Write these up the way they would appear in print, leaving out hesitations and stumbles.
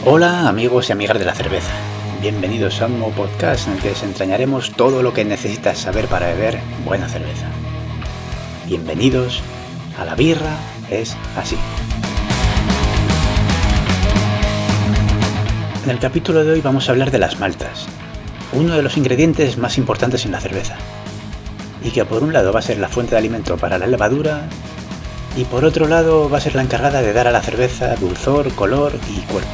Hola amigos y amigas de la cerveza, bienvenidos a un nuevo podcast en el que desentrañaremos todo lo que necesitas saber para beber buena cerveza. Bienvenidos a La Birra es Así. En el capítulo de hoy vamos a hablar de las maltas, uno de los ingredientes más importantes en la cerveza, y que por un lado va a ser la fuente de alimento para la levadura, y por otro lado va a ser la encargada de dar a la cerveza dulzor, color y cuerpo.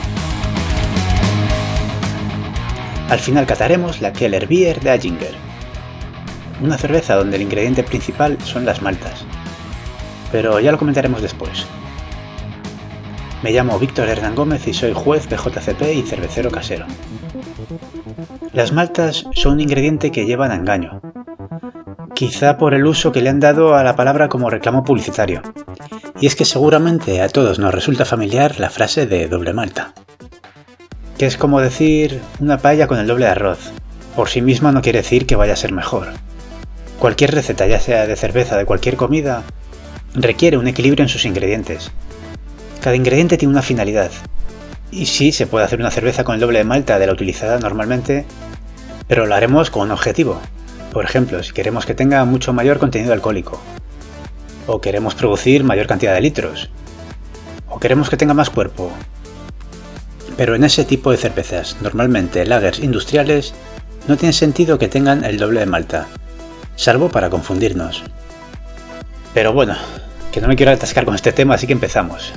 Al final cataremos la Keller Beer de Ayinger, una cerveza donde el ingrediente principal son las maltas, pero ya lo comentaremos después. Me llamo Víctor Hernán Gómez y soy juez de JCP y cervecero casero. Las maltas son un ingrediente que llevan a engaño, quizá por el uso que le han dado a la palabra como reclamo publicitario, y es que seguramente a todos nos resulta familiar la frase de doble malta, que es como decir una paella con el doble de arroz. Por sí misma no quiere decir que vaya a ser mejor. Cualquier receta, ya sea de cerveza o de cualquier comida, requiere un equilibrio en sus ingredientes. Cada ingrediente tiene una finalidad. Y sí, se puede hacer una cerveza con el doble de malta de la utilizada normalmente, pero lo haremos con un objetivo. Por ejemplo, si queremos que tenga mucho mayor contenido alcohólico, o queremos producir mayor cantidad de litros, o queremos que tenga más cuerpo. Pero en ese tipo de cervezas, normalmente lagers industriales, no tiene sentido que tengan el doble de malta, salvo para confundirnos. Pero bueno, que no me quiero atascar con este tema, así que empezamos.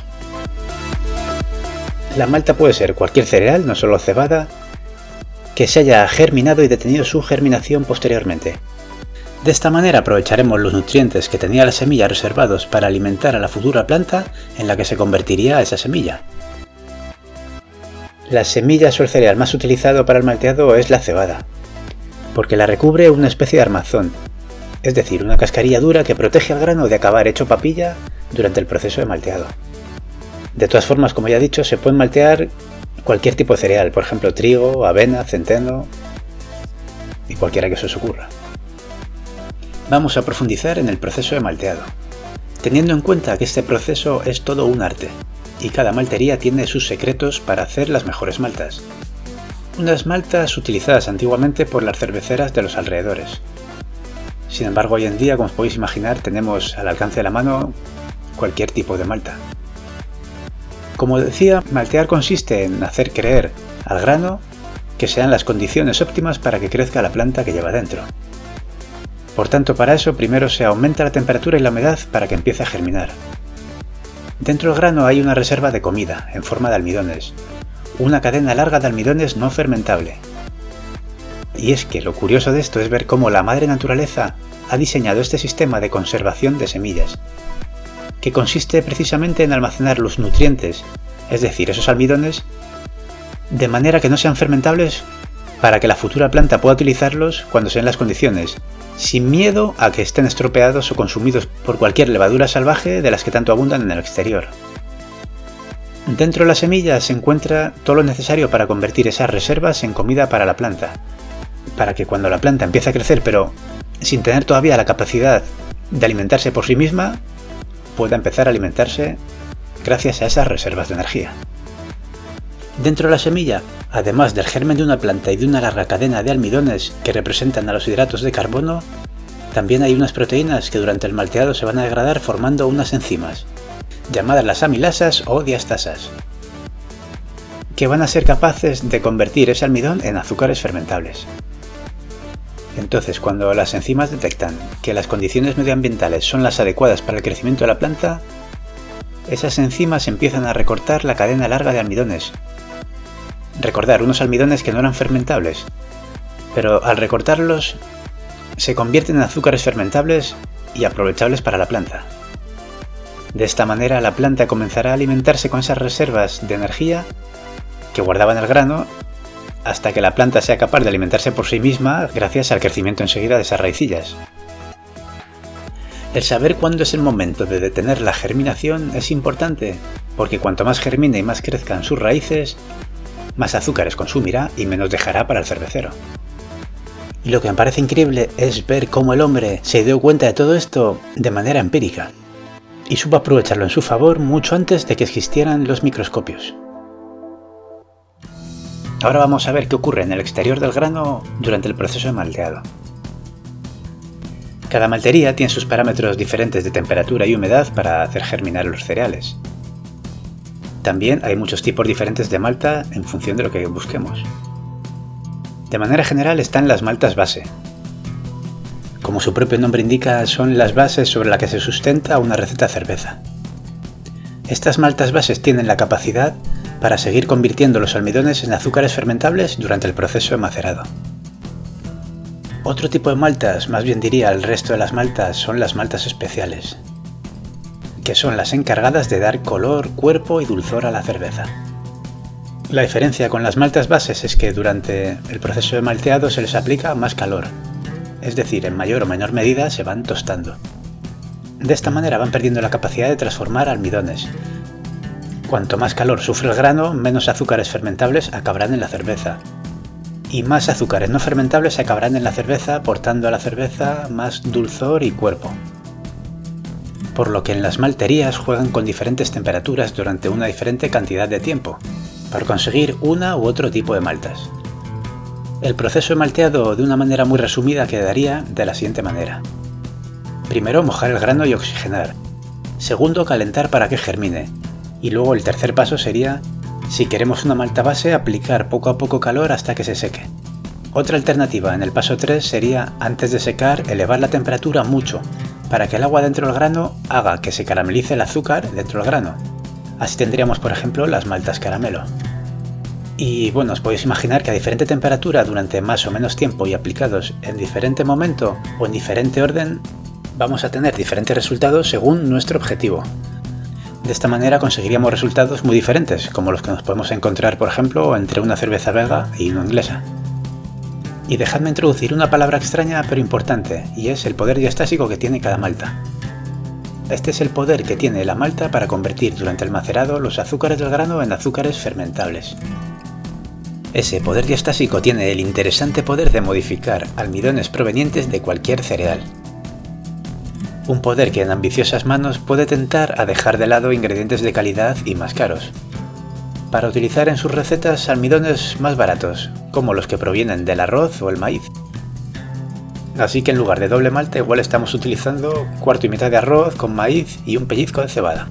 La malta puede ser cualquier cereal, no solo cebada, que se haya germinado y detenido su germinación posteriormente. De esta manera aprovecharemos los nutrientes que tenía la semilla reservados para alimentar a la futura planta en la que se convertiría esa semilla. Las semillas o el cereal más utilizado para el malteado es la cebada, porque la recubre una especie de armazón, es decir, una cascarilla dura que protege al grano de acabar hecho papilla durante el proceso de malteado. De todas formas, como ya he dicho, se puede maltear cualquier tipo de cereal, por ejemplo trigo, avena, centeno y cualquiera que se os ocurra. Vamos a profundizar en el proceso de malteado, teniendo en cuenta que este proceso es todo un arte, y cada maltería tiene sus secretos para hacer las mejores maltas. Unas maltas utilizadas antiguamente por las cerveceras de los alrededores. Sin embargo, hoy en día, como os podéis imaginar, tenemos al alcance de la mano cualquier tipo de malta. Como decía, maltear consiste en hacer creer al grano que sean las condiciones óptimas para que crezca la planta que lleva dentro. Por tanto, para eso primero se aumenta la temperatura y la humedad para que empiece a germinar. Dentro del grano hay una reserva de comida, en forma de almidones, una cadena larga de almidones no fermentable. Y es que lo curioso de esto es ver cómo la madre naturaleza ha diseñado este sistema de conservación de semillas, que consiste precisamente en almacenar los nutrientes, es decir, esos almidones, de manera que no sean fermentables para que la futura planta pueda utilizarlos cuando sean las condiciones, sin miedo a que estén estropeados o consumidos por cualquier levadura salvaje de las que tanto abundan en el exterior. Dentro de la semilla se encuentra todo lo necesario para convertir esas reservas en comida para la planta, para que cuando la planta empiece a crecer pero sin tener todavía la capacidad de alimentarse por sí misma, pueda empezar a alimentarse gracias a esas reservas de energía. Dentro de la semilla, además del germen de una planta y de una larga cadena de almidones que representan a los hidratos de carbono, también hay unas proteínas que durante el malteado se van a degradar formando unas enzimas, llamadas las amilasas o diastasas, que van a ser capaces de convertir ese almidón en azúcares fermentables. Entonces, cuando las enzimas detectan que las condiciones medioambientales son las adecuadas para el crecimiento de la planta, esas enzimas empiezan a recortar la cadena larga de almidones. Recordar, unos almidones que no eran fermentables, pero al recortarlos se convierten en azúcares fermentables y aprovechables para la planta. De esta manera la planta comenzará a alimentarse con esas reservas de energía que guardaban el grano hasta que la planta sea capaz de alimentarse por sí misma gracias al crecimiento enseguida de esas raicillas. El saber cuándo es el momento de detener la germinación es importante, porque cuanto más germine y más crezcan sus raíces, más azúcares consumirá y menos dejará para el cervecero. Y lo que me parece increíble es ver cómo el hombre se dio cuenta de todo esto de manera empírica. y supo aprovecharlo en su favor mucho antes de que existieran los microscopios. Ahora vamos a ver qué ocurre en el exterior del grano durante el proceso de malteado. Cada maltería tiene sus parámetros diferentes de temperatura y humedad para hacer germinar los cereales. También hay muchos tipos diferentes de malta en función de lo que busquemos. De manera general están las maltas base. Como su propio nombre indica, son las bases sobre las que se sustenta una receta de cerveza. Estas maltas bases tienen la capacidad para seguir convirtiendo los almidones en azúcares fermentables durante el proceso de macerado. Otro tipo de maltas, más bien diría el resto de las maltas, son las maltas especiales, que son las encargadas de dar color, cuerpo y dulzor a la cerveza. La diferencia con las maltas bases es que durante el proceso de malteado se les aplica más calor, es decir, en mayor o menor medida se van tostando. De esta manera van perdiendo la capacidad de transformar almidones. Cuanto más calor sufre el grano, menos azúcares fermentables acabarán en la cerveza. Y más azúcares no fermentables acabarán en la cerveza, aportando a la cerveza más dulzor y cuerpo. Por lo que en las malterías juegan con diferentes temperaturas durante una diferente cantidad de tiempo, para conseguir una u otro tipo de maltas. El proceso de malteado, de una manera muy resumida, quedaría de la siguiente manera. Primero, mojar el grano y oxigenar. Segundo, calentar para que germine. Y luego el tercer paso sería, si queremos una malta base, aplicar poco a poco calor hasta que se seque. Otra alternativa en el paso 3 sería, antes de secar, elevar la temperatura mucho, para que el agua dentro del grano haga que se caramelice el azúcar dentro del grano. Así tendríamos, por ejemplo, las maltas caramelo. Y bueno, os podéis imaginar que a diferente temperatura durante más o menos tiempo y aplicados en diferente momento o en diferente orden, vamos a tener diferentes resultados según nuestro objetivo. De esta manera conseguiríamos resultados muy diferentes, como los que nos podemos encontrar, por ejemplo, entre una cerveza belga y una inglesa. Y dejadme introducir una palabra extraña pero importante, y es el poder diastásico que tiene cada malta. Este es el poder que tiene la malta para convertir durante el macerado los azúcares del grano en azúcares fermentables. Ese poder diastásico tiene el interesante poder de modificar almidones provenientes de cualquier cereal. Un poder que en ambiciosas manos puede tentar a dejar de lado ingredientes de calidad y más caros, para utilizar en sus recetas almidones más baratos, como los que provienen del arroz o el maíz. Así que en lugar de doble malta igual estamos utilizando cuarto y mitad de arroz con maíz y un pellizco de cebada.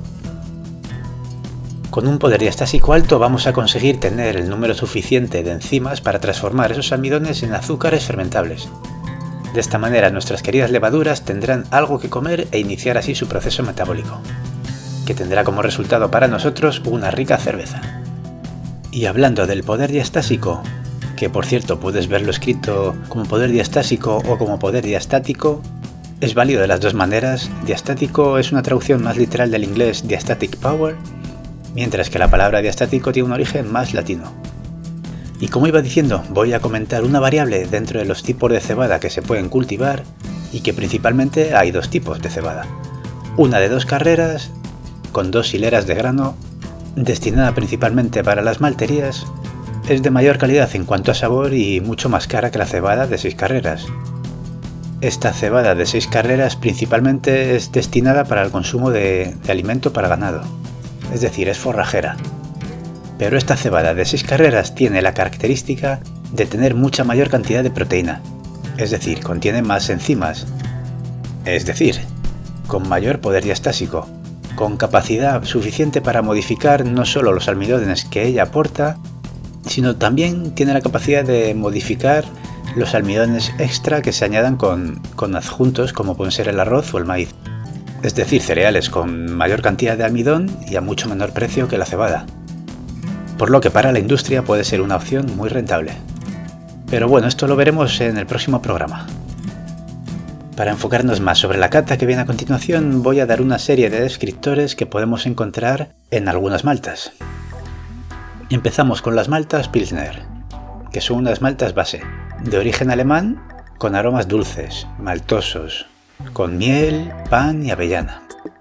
Con un poder diastásico alto vamos a conseguir tener el número suficiente de enzimas para transformar esos almidones en azúcares fermentables. De esta manera nuestras queridas levaduras tendrán algo que comer e iniciar así su proceso metabólico, que tendrá como resultado para nosotros una rica cerveza. Y hablando del poder diastásico, que por cierto puedes verlo escrito como poder diastásico o como poder diastático, es válido de las dos maneras. Diastático es una traducción más literal del inglés diastatic power, mientras que la palabra diastático tiene un origen más latino. Y como iba diciendo, voy a comentar una variable dentro de los tipos de cebada que se pueden cultivar, y que principalmente hay dos tipos de cebada. Una de 2 carreras, con 2 hileras de grano, destinada principalmente para las malterías, es de mayor calidad en cuanto a sabor y mucho más cara que la cebada de 6 carreras. Esta cebada de 6 carreras principalmente es destinada para el consumo de alimento para ganado, es decir, es forrajera. Pero esta cebada de 6 carreras tiene la característica de tener mucha mayor cantidad de proteína, es decir, contiene más enzimas, es decir, con mayor poder diastásico, con capacidad suficiente para modificar no solo los almidones que ella aporta, sino también tiene la capacidad de modificar los almidones extra que se añadan con adjuntos como pueden ser el arroz o el maíz, es decir, cereales con mayor cantidad de almidón y a mucho menor precio que la cebada. Por lo que para la industria puede ser una opción muy rentable. Pero bueno, esto lo veremos en el próximo programa. Para enfocarnos más sobre la cata que viene a continuación, voy a dar una serie de descriptores que podemos encontrar en algunas maltas. Empezamos con las maltas Pilsner, que son unas maltas base, de origen alemán, con aromas dulces, maltosos, con miel, pan y avellana.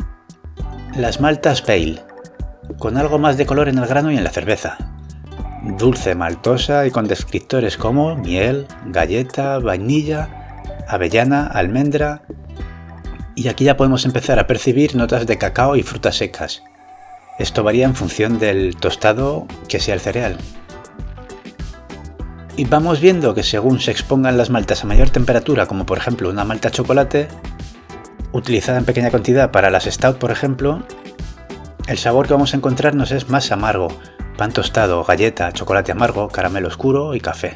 Las maltas Pale, con algo más de color en el grano y en la cerveza, dulce, maltosa y con descriptores como miel, galleta, vainilla, avellana, almendra, y aquí ya podemos empezar a percibir notas de cacao y frutas secas. Esto varía en función del tostado que sea el cereal. Y vamos viendo que según se expongan las maltas a mayor temperatura, como por ejemplo una malta chocolate, utilizada en pequeña cantidad para las stout por ejemplo, el sabor que vamos a encontrarnos es más amargo: pan tostado, galleta, chocolate amargo, caramelo oscuro y café.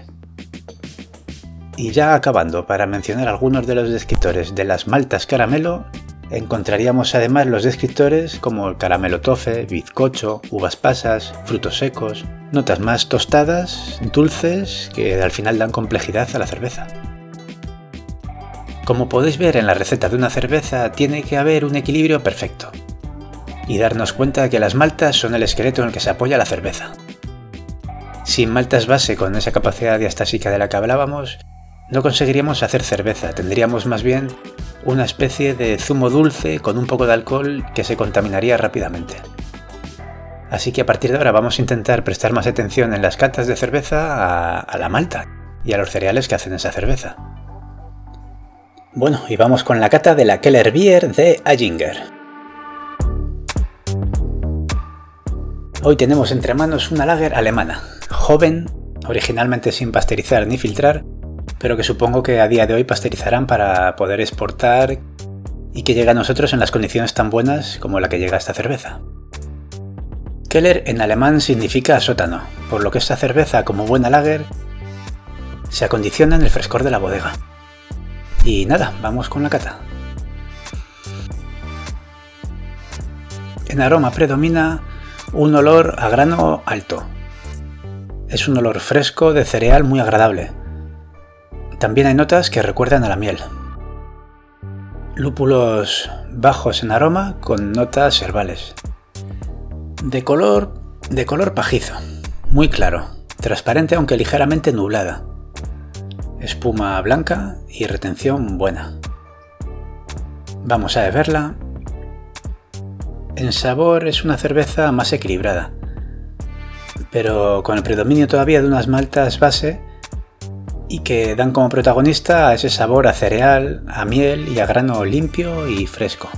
Y ya acabando, para mencionar algunos de los descriptores de las maltas caramelo, encontraríamos además los descriptores como el caramelo toffee, bizcocho, uvas pasas, frutos secos, notas más tostadas, dulces, que al final dan complejidad a la cerveza. Como podéis ver en la receta de una cerveza, tiene que haber un equilibrio perfecto y darnos cuenta de que las maltas son el esqueleto en el que se apoya la cerveza. Sin maltas base con esa capacidad diastásica de la que hablábamos, no conseguiríamos hacer cerveza, tendríamos más bien una especie de zumo dulce con un poco de alcohol que se contaminaría rápidamente. Así que a partir de ahora vamos a intentar prestar más atención en las catas de cerveza a la malta y a los cereales que hacen esa cerveza. Bueno, y vamos con la cata de la Keller Beer de Ayinger. Hoy tenemos entre manos una lager alemana, joven, originalmente sin pasteurizar ni filtrar, pero que supongo que a día de hoy pasteurizarán para poder exportar y que llegue a nosotros en las condiciones tan buenas como la que llega a esta cerveza. Keller en alemán significa sótano, por lo que esta cerveza, como buena lager, se acondiciona en el frescor de la bodega. Y nada, vamos con la cata. En aroma predomina un olor a grano alto. Es un olor fresco de cereal muy agradable. También hay notas que recuerdan a la miel. Lúpulos bajos en aroma con notas herbales. De color pajizo, muy claro, transparente aunque ligeramente nublada. Espuma blanca y retención buena. Vamos a beberla. En sabor es una cerveza más equilibrada, pero con el predominio todavía de unas maltas base y que dan como protagonista a ese sabor a cereal, a miel y a grano limpio y fresco.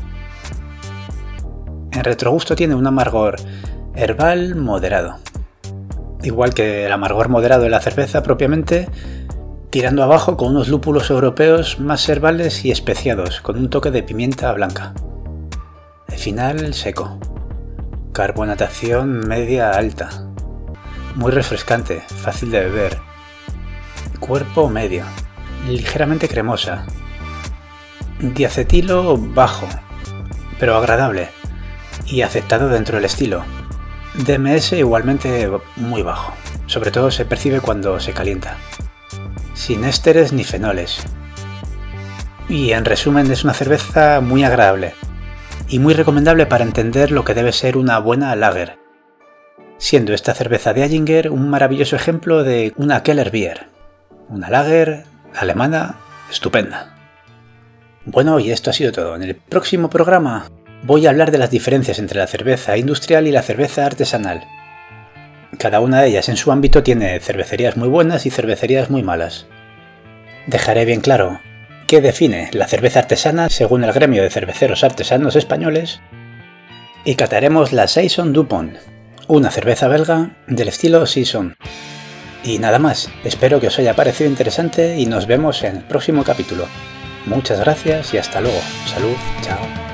En retrogusto tiene un amargor herbal moderado, igual que el amargor moderado de la cerveza propiamente, tirando abajo con unos lúpulos europeos más herbales y especiados, con un toque de pimienta blanca. El final seco, carbonatación media alta, muy refrescante, fácil de beber, cuerpo medio, ligeramente cremosa, diacetilo bajo, pero agradable y aceptado dentro del estilo. DMS igualmente muy bajo, sobre todo se percibe cuando se calienta, sin ésteres ni fenoles. Y en resumen es una cerveza muy agradable y muy recomendable para entender lo que debe ser una buena lager, siendo esta cerveza de Ayinger un maravilloso ejemplo de una Keller Beer, una lager alemana estupenda. Bueno, y esto ha sido todo. En el próximo programa voy a hablar de las diferencias entre la cerveza industrial y la cerveza artesanal. Cada una de ellas en su ámbito tiene cervecerías muy buenas y cervecerías muy malas. Dejaré bien claro qué define la cerveza artesana según el gremio de cerveceros artesanos españoles y cataremos la Saison Dupont, una cerveza belga del estilo Saison. Y nada más, espero que os haya parecido interesante y nos vemos en el próximo capítulo. Muchas gracias y hasta luego. Salud, chao.